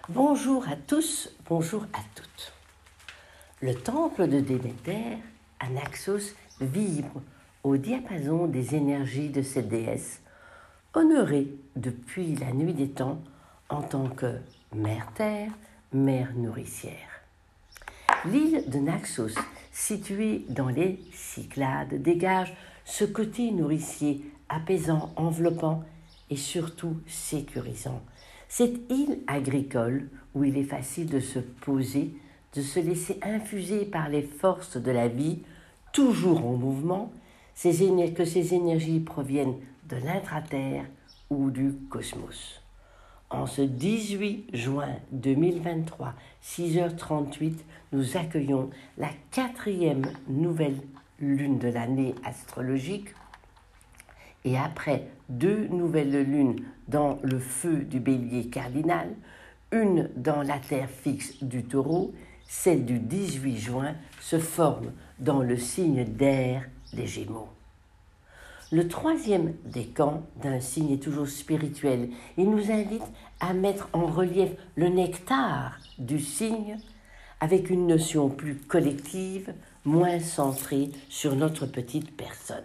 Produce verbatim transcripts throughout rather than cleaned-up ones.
Bonjour à tous, bonjour à toutes. Le temple de Déméter, à Naxos, vibre au diapason des énergies de cette déesse, honorée depuis la nuit des temps en tant que mère-terre, mère nourricière. L'île de Naxos, située dans les Cyclades, dégage ce côté nourricier, apaisant, enveloppant et surtout sécurisant. Cette île agricole où il est facile de se poser, de se laisser infuser par les forces de la vie, toujours en mouvement, que ces énergies proviennent de l'intraterre ou du cosmos. En ce dix-huit juin deux mille vingt-trois, six heures trente-huit, nous accueillons la quatrième nouvelle lune de l'année astrologique. Et après deux nouvelles lunes dans le feu du bélier cardinal, une dans la terre fixe du taureau, celle du dix-huit juin se forme dans le signe d'air des Gémeaux. Le troisième décan d'un signe est toujours spirituel. Il nous invite à mettre en relief le nectar du signe avec une notion plus collective, moins centrée sur notre petite personne.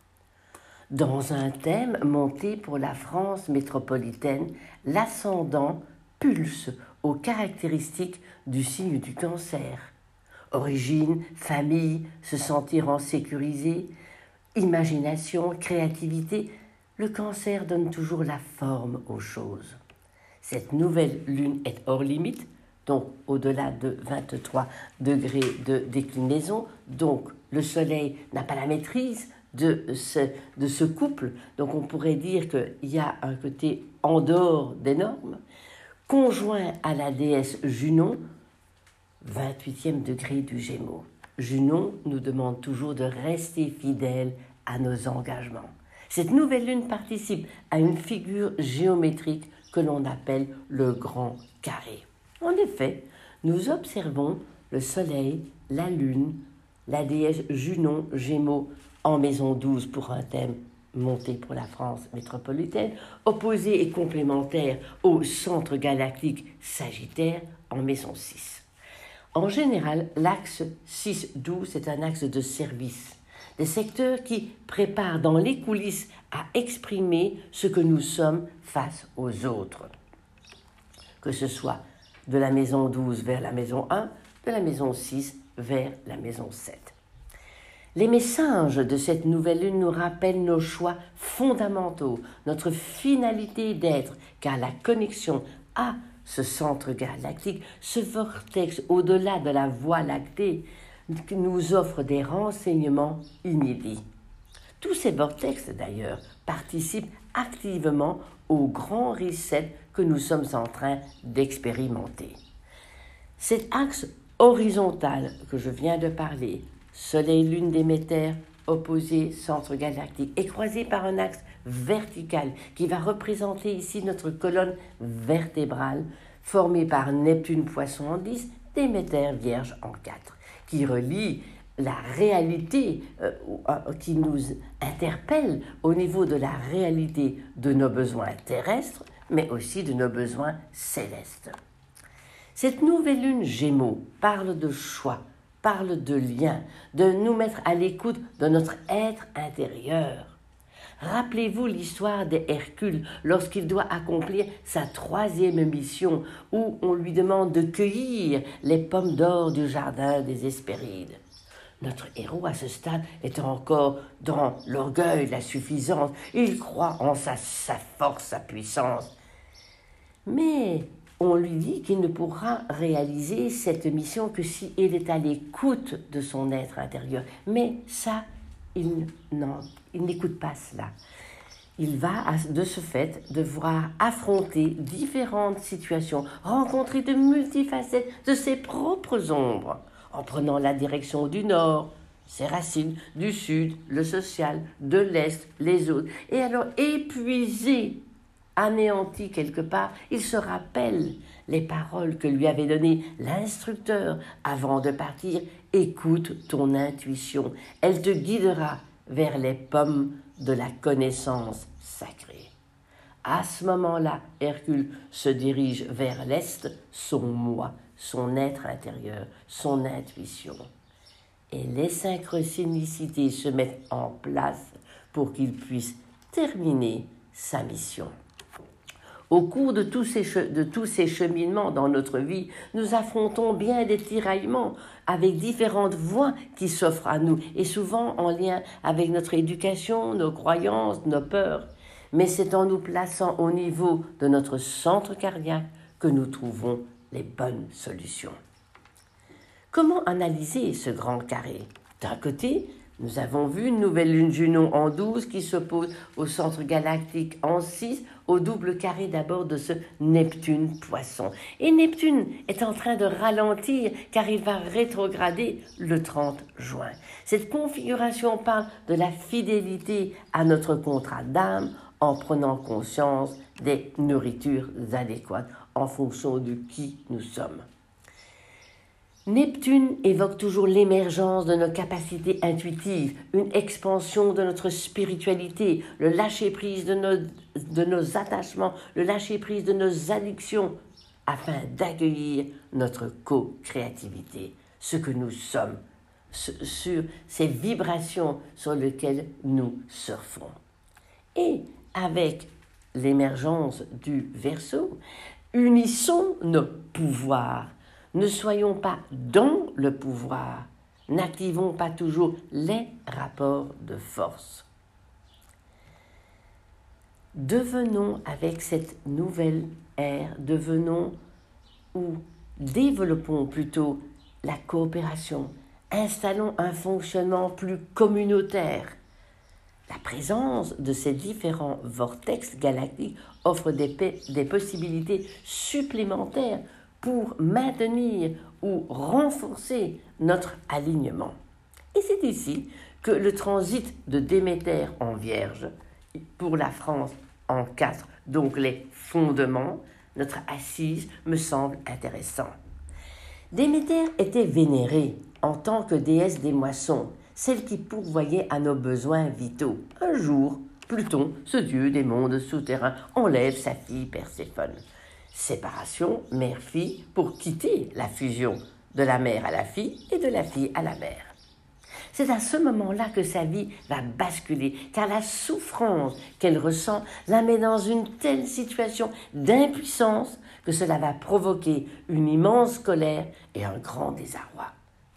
Dans un thème monté pour la France métropolitaine, l'ascendant pulse aux caractéristiques du signe du Cancer. Origine, famille, se sentir en sécurité, imagination, créativité, le Cancer donne toujours la forme aux choses. Cette nouvelle lune est hors limite, donc au-delà de vingt-trois degrés de déclinaison, donc le soleil n'a pas la maîtrise de ce, de ce couple, donc on pourrait dire qu'il y a un côté en dehors des normes, conjoint à la déesse Junon, vingt-huitième degré du Gémeaux. Junon nous demande toujours de rester fidèle à nos engagements. Cette nouvelle lune participe à une figure géométrique que l'on appelle le grand carré. En effet, nous observons le soleil, la lune, la déesse Junon, Gémeaux, en maison douze pour un thème monté pour la France métropolitaine, opposé et complémentaire au centre galactique Sagittaire en maison six. En général, l'axe six douze est un axe de service, des secteurs qui préparent dans les coulisses à exprimer ce que nous sommes face aux autres. Que ce soit de la maison douze vers la maison un, de la maison six vers la maison sept. Les messages de cette nouvelle lune nous rappellent nos choix fondamentaux, notre finalité d'être, car la connexion à ce centre galactique, ce vortex au-delà de la Voie lactée, nous offre des renseignements inédits. Tous ces vortex, d'ailleurs, participent activement au grand reset que nous sommes en train d'expérimenter. Cet axe horizontal que je viens de parler, Soleil, Lune, Déméter, opposé, centre galactique, est croisé par un axe vertical qui va représenter ici notre colonne vertébrale, formée par Neptune, Poisson en dix, Déméter, Vierge en quatre, qui relie la réalité, euh, euh, qui nous interpelle au niveau de la réalité de nos besoins terrestres, mais aussi de nos besoins célestes. Cette nouvelle lune Gémeaux parle de choix, parle de lien, de nous mettre à l'écoute de notre être intérieur. Rappelez-vous l'histoire d'Hercule lorsqu'il doit accomplir sa troisième mission où on lui demande de cueillir les pommes d'or du jardin des Hespérides. Notre héros à ce stade est encore dans l'orgueil, la suffisance. Il croit en sa, sa force, sa puissance. Mais on lui dit qu'il ne pourra réaliser cette mission que si il est à l'écoute de son être intérieur. Mais ça, il, non, il n'écoute pas cela. Il va, de ce fait, devoir affronter différentes situations, rencontrer de multifacettes de ses propres ombres, en prenant la direction du nord, ses racines, du sud, le social, de l'est, les autres. Et alors, épuisé, anéanti quelque part, il se rappelle les paroles que lui avait données l'instructeur avant de partir. Écoute ton intuition, elle te guidera vers les pommes de la connaissance sacrée. À ce moment-là, Hercule se dirige vers l'Est, son moi, son être intérieur, son intuition. Et les synchronicités se mettent en place pour qu'il puisse terminer sa mission. Au cours de tous, ces, de tous ces cheminements dans notre vie, nous affrontons bien des tiraillements avec différentes voies qui s'offrent à nous et souvent en lien avec notre éducation, nos croyances, nos peurs. Mais c'est en nous plaçant au niveau de notre centre cardiaque que nous trouvons les bonnes solutions. Comment analyser ce grand carré? D'un côté, nous avons vu une nouvelle lune Junon en douze qui s'oppose au centre galactique en six, au double carré d'abord de ce Neptune-Poisson. Et Neptune est en train de ralentir car il va rétrograder le trente juin. Cette configuration parle de la fidélité à notre contrat d'âme en prenant conscience des nourritures adéquates en fonction de qui nous sommes. Neptune évoque toujours l'émergence de nos capacités intuitives, une expansion de notre spiritualité, le lâcher-prise de nos, de nos attachements, le lâcher-prise de nos addictions, afin d'accueillir notre co-créativité, ce que nous sommes, sur ces vibrations sur lesquelles nous surfons. Et avec l'émergence du Verseau, unissons nos pouvoirs. Ne soyons pas dans le pouvoir, n'activons pas toujours les rapports de force. Devenons avec cette nouvelle ère, devenons ou développons plutôt la coopération, installons un fonctionnement plus communautaire. La présence de ces différents vortex galactiques offre des, des possibilités supplémentaires pour maintenir ou renforcer notre alignement. Et c'est ici que le transit de Déméter en Vierge, pour la France en quatre, donc les fondements, notre assise, me semble intéressant. Déméter était vénérée en tant que déesse des moissons, celle qui pourvoyait à nos besoins vitaux. Un jour, Pluton, ce dieu des mondes souterrains, enlève sa fille Perséphone. Séparation mère-fille pour quitter la fusion de la mère à la fille et de la fille à la mère. C'est à ce moment-là que sa vie va basculer, car la souffrance qu'elle ressent la met dans une telle situation d'impuissance que cela va provoquer une immense colère et un grand désarroi.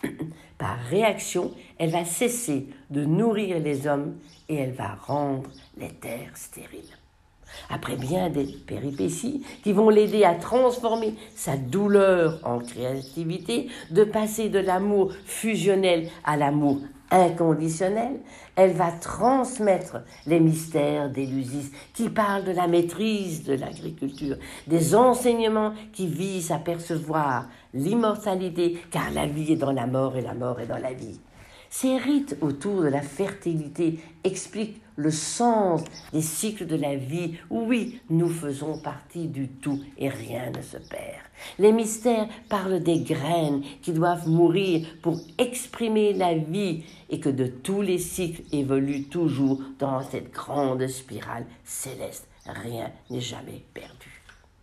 Par réaction, elle va cesser de nourrir les hommes et elle va rendre les terres stériles. Après bien des péripéties qui vont l'aider à transformer sa douleur en créativité, de passer de l'amour fusionnel à l'amour inconditionnel, elle va transmettre les mystères d'Éleusis qui parlent de la maîtrise de l'agriculture, des enseignements qui visent à percevoir l'immortalité, car la vie est dans la mort et la mort est dans la vie. Ces rites autour de la fertilité expliquent le sens des cycles de la vie. Oui, nous faisons partie du tout et rien ne se perd. Les mystères parlent des graines qui doivent mourir pour exprimer la vie et que de tous les cycles évoluent toujours dans cette grande spirale céleste. Rien n'est jamais perdu.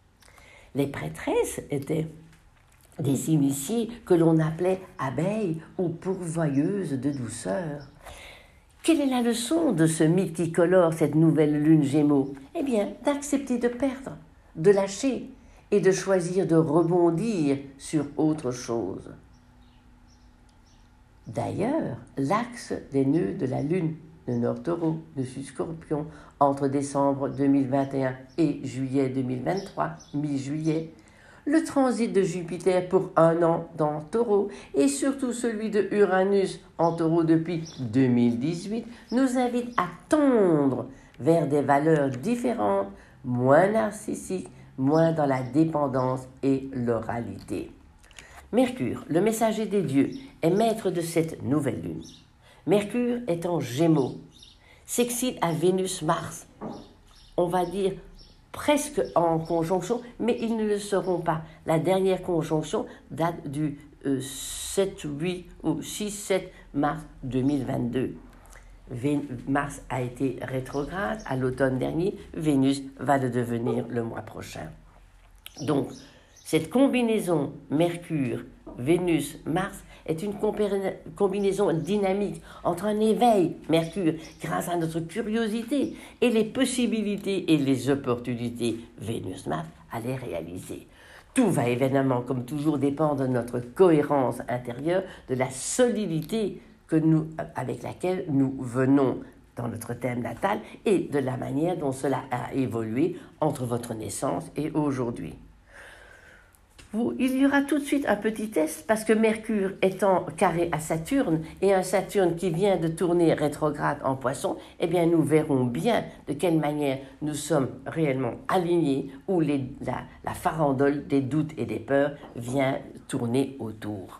Les prêtresses étaient des initiés que l'on appelait abeilles ou pourvoyeuses de douceur. Quelle est la leçon de ce mythe qui colore cette nouvelle lune Gémeaux? Eh bien, d'accepter de perdre, de lâcher et de choisir de rebondir sur autre chose. D'ailleurs, l'axe des nœuds de la lune, le Nord Taureau, le Sud Scorpion, entre décembre deux mille vingt et un et juillet deux mille vingt-trois, mi-juillet, le transit de Jupiter pour un an dans Taureau et surtout celui de Uranus en Taureau depuis deux mille dix-huit nous invite à tendre vers des valeurs différentes, moins narcissiques, moins dans la dépendance et l'oralité. Mercure, le messager des dieux, est maître de cette nouvelle lune. Mercure est en Gémeaux, s'excite à Vénus-Mars, on va dire presque en conjonction, mais ils ne le seront pas. La dernière conjonction date du euh, sept, huit ou six sept mars deux mille vingt-deux. Mars a été rétrograde à l'automne dernier, Vénus va le devenir le mois prochain. Donc, cette combinaison Mercure, Vénus, Mars est une combinaison dynamique entre un éveil, Mercure, grâce à notre curiosité, et les possibilités et les opportunités, Vénus, Mars, à les réaliser. Tout va évidemment, comme toujours, dépendre de notre cohérence intérieure, de la solidité que nous, avec laquelle nous venons dans notre thème natal et de la manière dont cela a évolué entre votre naissance et aujourd'hui. Vous, il y aura tout de suite un petit test parce que Mercure étant carré à Saturne et un Saturne qui vient de tourner rétrograde en Poisson, eh bien nous verrons bien de quelle manière nous sommes réellement alignés où les, la, la farandole des doutes et des peurs vient tourner autour.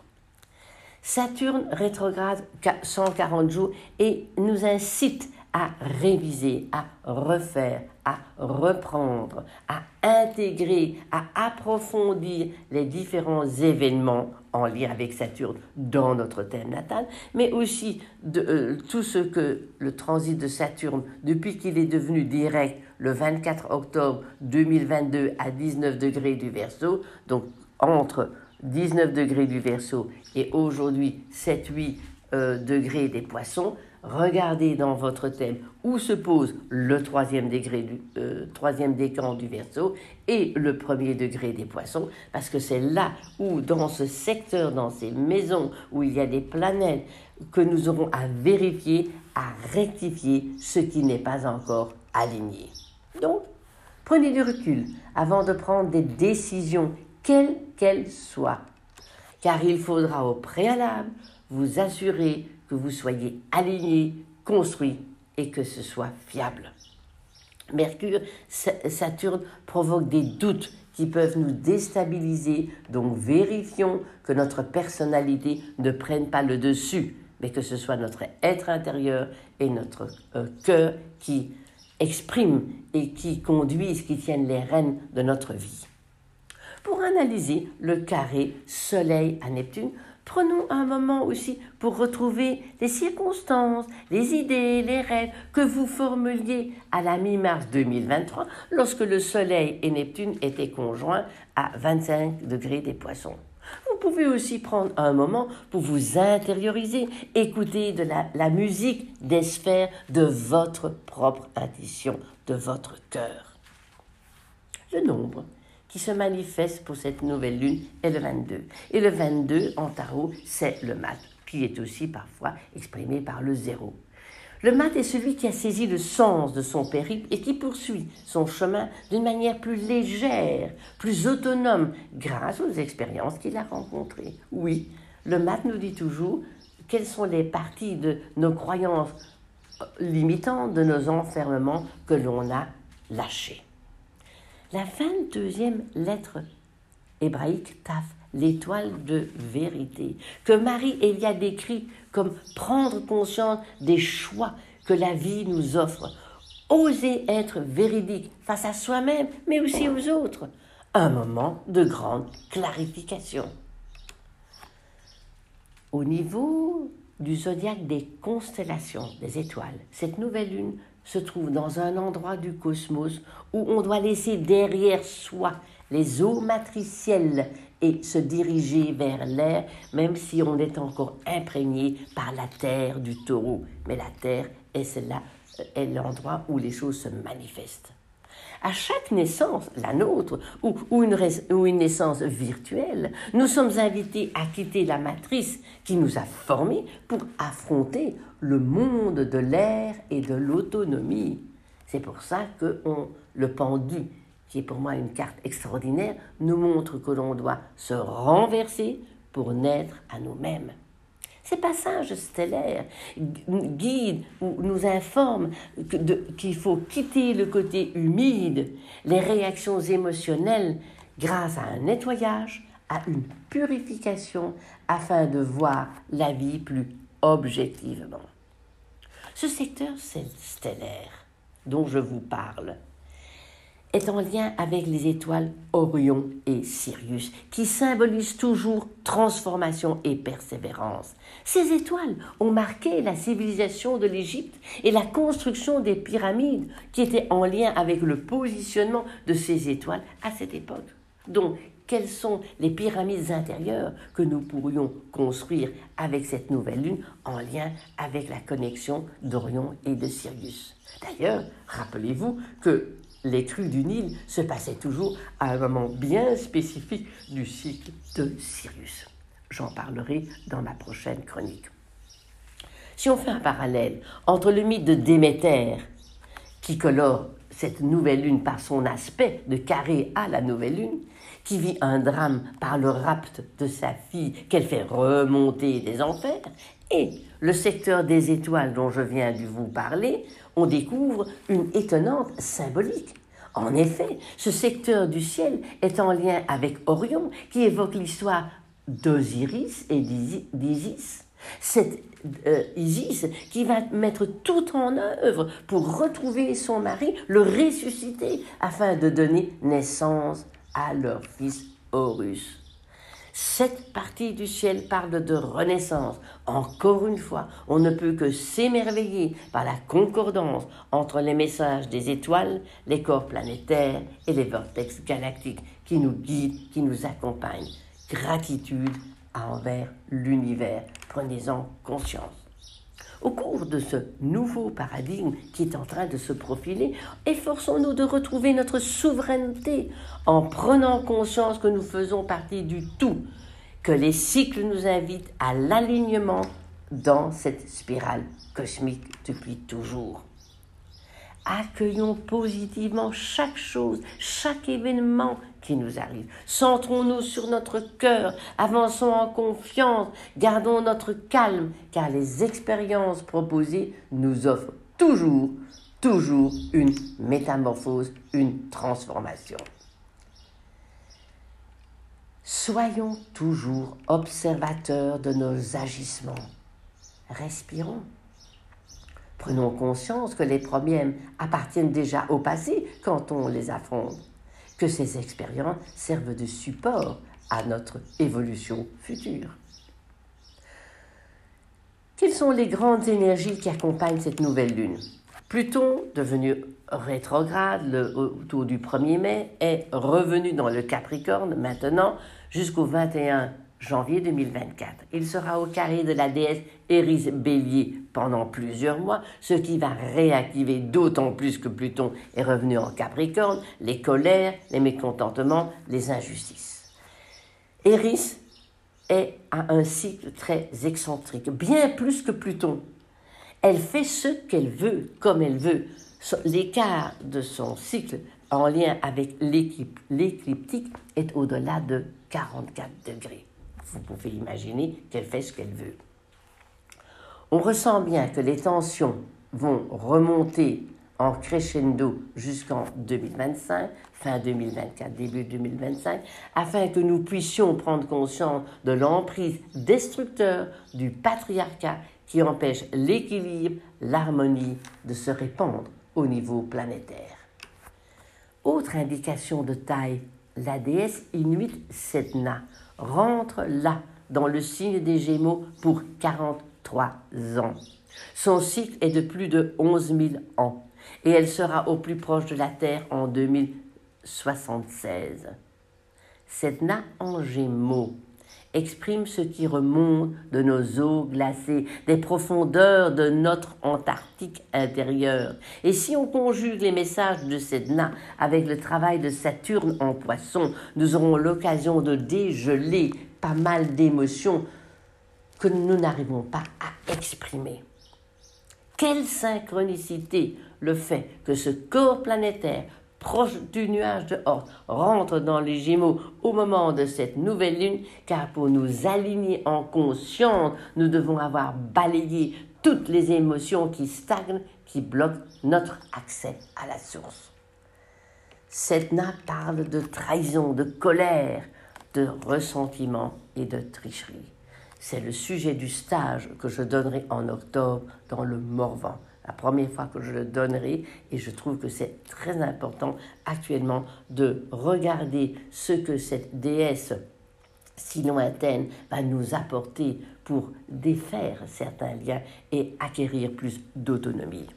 Saturne rétrograde cent quarante jours et nous incite à réviser, à refaire, à reprendre, à intégrer, à approfondir les différents événements en lien avec Saturne dans notre thème natal, mais aussi de, euh, tout ce que le transit de Saturne, depuis qu'il est devenu direct le vingt-quatre octobre deux mille vingt-deux à dix-neuf degrés du Verseau, donc entre dix-neuf degrés du Verseau et aujourd'hui sept huit euh, degrés des Poissons, regardez dans votre thème où se pose le troisième degré du euh, troisième décan du Verseau et le premier degré des Poissons, parce que c'est là où, dans ce secteur, dans ces maisons où il y a des planètes, que nous aurons à vérifier, à rectifier ce qui n'est pas encore aligné. Donc, prenez du recul avant de prendre des décisions, quelles qu'elles soient, car il faudra au préalable vous assurer que vous soyez aligné, construit et que ce soit fiable. Mercure, Saturne provoque des doutes qui peuvent nous déstabiliser, donc vérifions que notre personnalité ne prenne pas le dessus, mais que ce soit notre être intérieur et notre euh, cœur qui expriment et qui conduisent, qui tiennent les rênes de notre vie. Pour analyser le carré Soleil à Neptune, prenons un moment aussi pour retrouver les circonstances, les idées, les rêves que vous formuliez à la mi-mars deux mille vingt-trois lorsque le Soleil et Neptune étaient conjoints à vingt-cinq degrés des Poissons. Vous pouvez aussi prendre un moment pour vous intérioriser, écouter de la, la musique des sphères de votre propre intuition, de votre cœur. Le nombre qui se manifeste pour cette nouvelle lune est le vingt-deux. Et le vingt-deux en tarot, c'est le mat, qui est aussi parfois exprimé par le zéro. Le mat est celui qui a saisi le sens de son périple et qui poursuit son chemin d'une manière plus légère, plus autonome, grâce aux expériences qu'il a rencontrées. Oui, le mat nous dit toujours quelles sont les parties de nos croyances limitantes, de nos enfermements que l'on a lâchés. La vingt-deuxième lettre hébraïque, Taf, l'étoile de vérité, que Marie-Elia décrit comme prendre conscience des choix que la vie nous offre, oser être véridique face à soi-même, mais aussi aux autres, un moment de grande clarification. Au niveau du zodiaque des constellations, des étoiles, cette nouvelle lune se trouve dans un endroit du cosmos où on doit laisser derrière soi les eaux matricielles et se diriger vers l'air, même si on est encore imprégné par la terre du taureau. Mais la terre est, celle-là, est l'endroit où les choses se manifestent. À chaque naissance, la nôtre, ou, ou, une, ou une naissance virtuelle, nous sommes invités à quitter la matrice qui nous a formés pour affronter le monde de l'air et de l'autonomie. C'est pour ça que on, le pendu, qui est pour moi une carte extraordinaire, nous montre que l'on doit se renverser pour naître à nous-mêmes. Ces passages stellaires guident ou nous informent qu'il faut quitter le côté humide, les réactions émotionnelles, grâce à un nettoyage, à une purification, afin de voir la vie plus objectivement. Ce secteur stellaire dont je vous parle est en lien avec les étoiles Orion et Sirius, qui symbolisent toujours transformation et persévérance. Ces étoiles ont marqué la civilisation de l'Égypte et la construction des pyramides, qui étaient en lien avec le positionnement de ces étoiles à cette époque. Donc, quelles sont les pyramides intérieures que nous pourrions construire avec cette nouvelle lune en lien avec la connexion d'Orion et de Sirius? D'ailleurs, rappelez-vous que les crues du Nil se passaient toujours à un moment bien spécifique du cycle de Sirius. J'en parlerai dans ma prochaine chronique. Si on fait un parallèle entre le mythe de Déméter, qui colore cette nouvelle lune par son aspect de carré à la nouvelle lune, qui vit un drame par le rapt de sa fille qu'elle fait remonter des enfers, et le secteur des étoiles dont je viens de vous parler, on découvre une étonnante symbolique. En effet, ce secteur du ciel est en lien avec Orion, qui évoque l'histoire d'Osiris et d'Isis. Cette euh, Isis qui va mettre tout en œuvre pour retrouver son mari, le ressusciter, afin de donner naissance à leur fils Horus. Cette partie du ciel parle de renaissance. Encore une fois, on ne peut que s'émerveiller par la concordance entre les messages des étoiles, les corps planétaires et les vortex galactiques qui nous guident, qui nous accompagnent. Gratitude envers l'univers. Prenez-en conscience. Au cours de ce nouveau paradigme qui est en train de se profiler, efforçons-nous de retrouver notre souveraineté en prenant conscience que nous faisons partie du tout, que les cycles nous invitent à l'alignement dans cette spirale cosmique depuis toujours. Accueillons positivement chaque chose, chaque événement qui nous arrive. Centrons-nous sur notre cœur, avançons en confiance, gardons notre calme, car les expériences proposées nous offrent toujours, toujours une métamorphose, une transformation. Soyons toujours observateurs de nos agissements. Respirons. Prenons conscience que les problèmes appartiennent déjà au passé quand on les affronte, que ces expériences servent de support à notre évolution future. Quelles sont les grandes énergies qui accompagnent cette nouvelle lune? Pluton, devenu rétrograde le, autour du premier mai, est revenu dans le Capricorne maintenant jusqu'au vingt et un janvier deux mille vingt-quatre. Il sera au carré de la déesse Eris Bélier pendant plusieurs mois, ce qui va réactiver d'autant plus que Pluton est revenu en Capricorne, les colères, les mécontentements, les injustices. Eris est à un cycle très excentrique, bien plus que Pluton. Elle fait ce qu'elle veut, comme elle veut. L'écart de son cycle en lien avec l'écliptique est au-delà de quarante-quatre degrés. Vous pouvez imaginer qu'elle fait ce qu'elle veut. On ressent bien que les tensions vont remonter en crescendo jusqu'en deux mille vingt-cinq, fin deux mille vingt-quatre, début deux mille vingt-cinq, afin que nous puissions prendre conscience de l'emprise destructeur du patriarcat qui empêche l'équilibre, l'harmonie de se répandre au niveau planétaire. Autre indication de taille, la déesse inuite Sedna rentre là, dans le signe des Gémeaux, pour quarante-trois ans. Son cycle est de plus de onze mille ans et elle sera au plus proche de la Terre en deux mille soixante-seize. Sedna en Gémeaux exprime ce qui remonte de nos eaux glacées, des profondeurs de notre Antarctique intérieure. Et si on conjugue les messages de Sedna avec le travail de Saturne en Poisson, nous aurons l'occasion de dégeler pas mal d'émotions que nous n'arrivons pas à exprimer. Quelle synchronicité le fait que ce corps planétaire proche du nuage de Oort, rentre dans les Gémeaux au moment de cette nouvelle lune, car pour nous aligner en conscience, nous devons avoir balayé toutes les émotions qui stagnent, qui bloquent notre accès à la source. Sedna parle de trahison, de colère, de ressentiment et de tricherie. C'est le sujet du stage que je donnerai en octobre dans le Morvan. la première fois que je le donnerai, et je trouve que c'est très important actuellement de regarder ce que cette déesse si lointaine va nous apporter pour défaire certains liens et acquérir plus d'autonomie.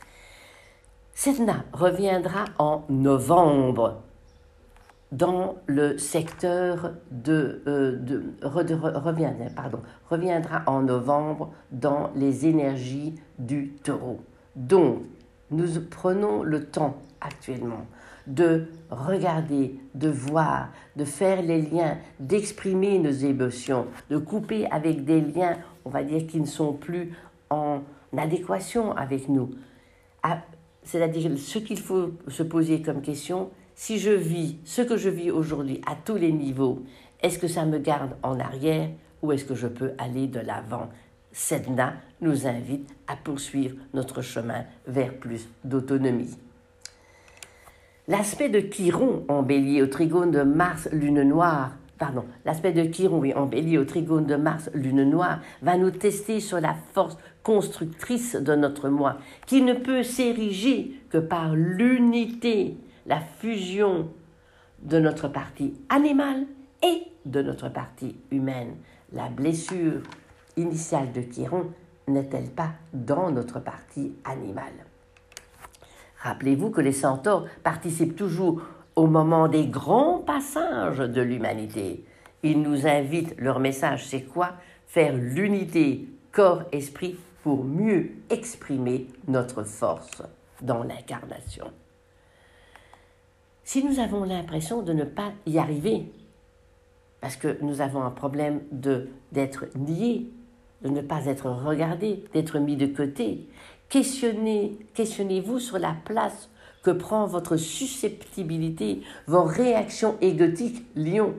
Sedna reviendra en novembre dans le secteur de, euh, de, re, de revient, pardon, reviendra en novembre dans les énergies du taureau. Donc, nous prenons le temps actuellement de regarder, de voir, de faire les liens, d'exprimer nos émotions, de couper avec des liens, on va dire, qui ne sont plus en adéquation avec nous. C'est-à-dire, ce qu'il faut se poser comme question, si je vis ce que je vis aujourd'hui à tous les niveaux, est-ce que ça me garde en arrière ou est-ce que je peux aller de l'avant? Sedna nous invite à poursuivre notre chemin vers plus d'autonomie. L'aspect de Chiron en bélier au trigone de Mars, lune noire, pardon, l'aspect de Chiron oui, en bélier au trigone de Mars, lune noire, va nous tester sur la force constructrice de notre moi, qui ne peut s'ériger que par l'unité, la fusion de notre partie animale et de notre partie humaine. La blessure initiale de Chiron n'est-elle pas dans notre partie animale? Rappelez-vous que les centaures participent toujours au moment des grands passages de l'humanité. Ils nous invitent, leur message c'est quoi? Faire l'unité corps-esprit pour mieux exprimer notre force dans l'incarnation. Si nous avons l'impression de ne pas y arriver, parce que nous avons un problème de, d'être niés, de ne pas être regardés, d'être mis de côté, questionnez, questionnez-vous sur la place que prend votre susceptibilité, vos réactions égotiques, lion,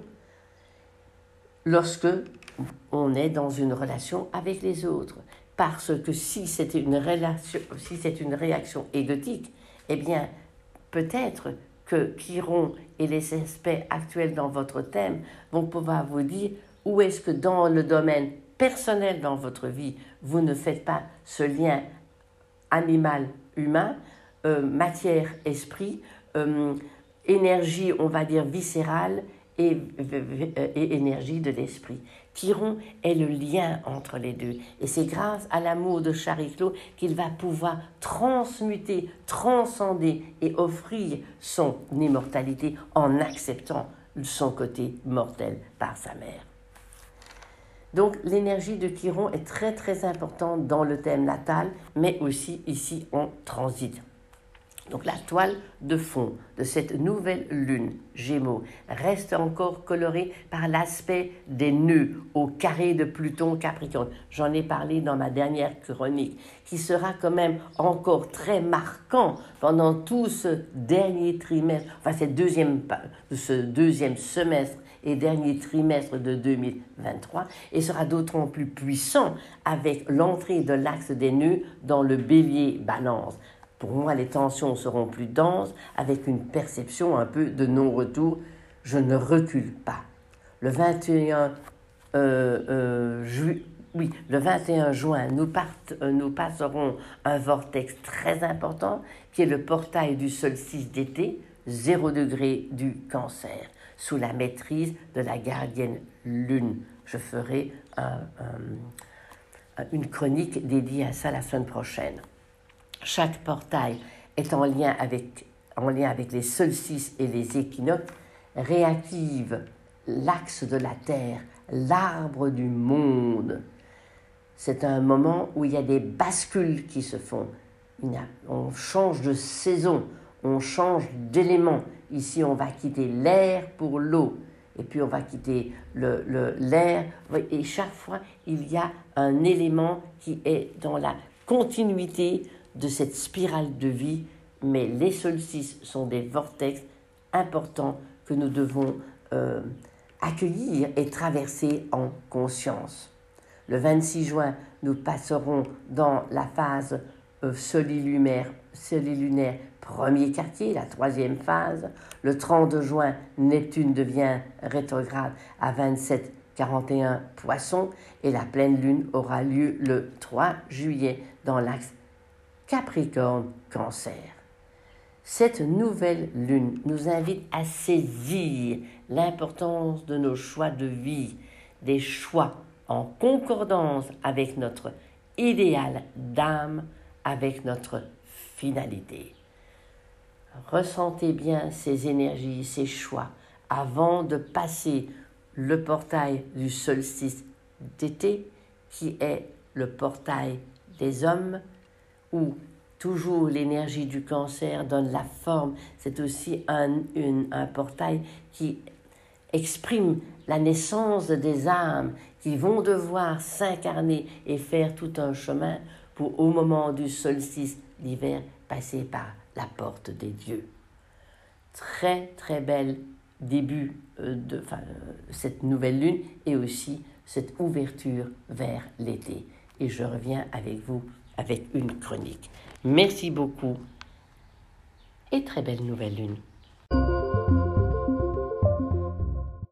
lorsque on est dans une relation avec les autres. Parce que si c'est une, relation, si c'est une réaction égotique, eh bien, peut-être que Chiron et les aspects actuels dans votre thème vont pouvoir vous dire où est-ce que dans le domaine personnel dans votre vie, vous ne faites pas ce lien animal-humain, euh, matière-esprit, euh, énergie, on va dire, viscérale et, et énergie de l'esprit. Chiron est le lien entre les deux. Et c'est grâce à l'amour de Chariclo qu'il va pouvoir transmuter, transcender et offrir son immortalité en acceptant son côté mortel par sa mère. Donc l'énergie de Chiron est très très importante dans le thème natal, mais aussi ici en transit. Donc la toile de fond de cette nouvelle lune Gémeaux reste encore colorée par l'aspect des nœuds au carré de Pluton Capricorne. J'en ai parlé dans ma dernière chronique, qui sera quand même encore très marquant pendant tout ce dernier trimestre, enfin cette deuxième, ce deuxième semestre et dernier trimestre de deux mille vingt-trois, et sera d'autant plus puissant avec l'entrée de l'axe des nœuds dans le bélier balance. Pour moi, les tensions seront plus denses, avec une perception un peu de non-retour. Je ne recule pas. Le vingt et un, euh, euh, ju- oui, le vingt et un juin, nous, part, euh, nous passerons un vortex très important, qui est le portail du solstice d'été, zéro degré du Cancer, sous la maîtrise de la gardienne lune. Je ferai un, un, une chronique dédiée à ça la semaine prochaine. Chaque portail est en lien avec, en lien avec les solstices et les équinoxes, réactive l'axe de la Terre, l'arbre du monde. C'est un moment où il y a des bascules qui se font. Il y a, on change de saison, on change d'élément. Ici, on va quitter l'air pour l'eau, et puis on va quitter le, le, l'air. Et chaque fois, il y a un élément qui est dans la continuité de cette spirale de vie, mais les solstices sont des vortex importants que nous devons euh, accueillir et traverser en conscience. Le vingt-six juin, nous passerons dans la phase euh, solilunaire, solilunaire premier quartier, la troisième phase. Le trente juin, Neptune devient rétrograde à vingt-sept quarante et un Poissons, et la pleine lune aura lieu le trois juillet dans l'axe Capricorne, Cancer. Cette nouvelle lune nous invite à saisir l'importance de nos choix de vie, des choix en concordance avec notre idéal d'âme, avec notre finalité. Ressentez bien ces énergies, ces choix, avant de passer le portail du solstice d'été, qui est le portail des hommes, où toujours l'énergie du Cancer donne la forme. C'est aussi un, une, un portail qui exprime la naissance des âmes qui vont devoir s'incarner et faire tout un chemin pour, au moment du solstice d'hiver, passer par la porte des dieux. Très très bel début de enfin, cette nouvelle lune et aussi cette ouverture vers l'été. Et je reviens avec vous avec une chronique. Merci beaucoup et très belle nouvelle lune.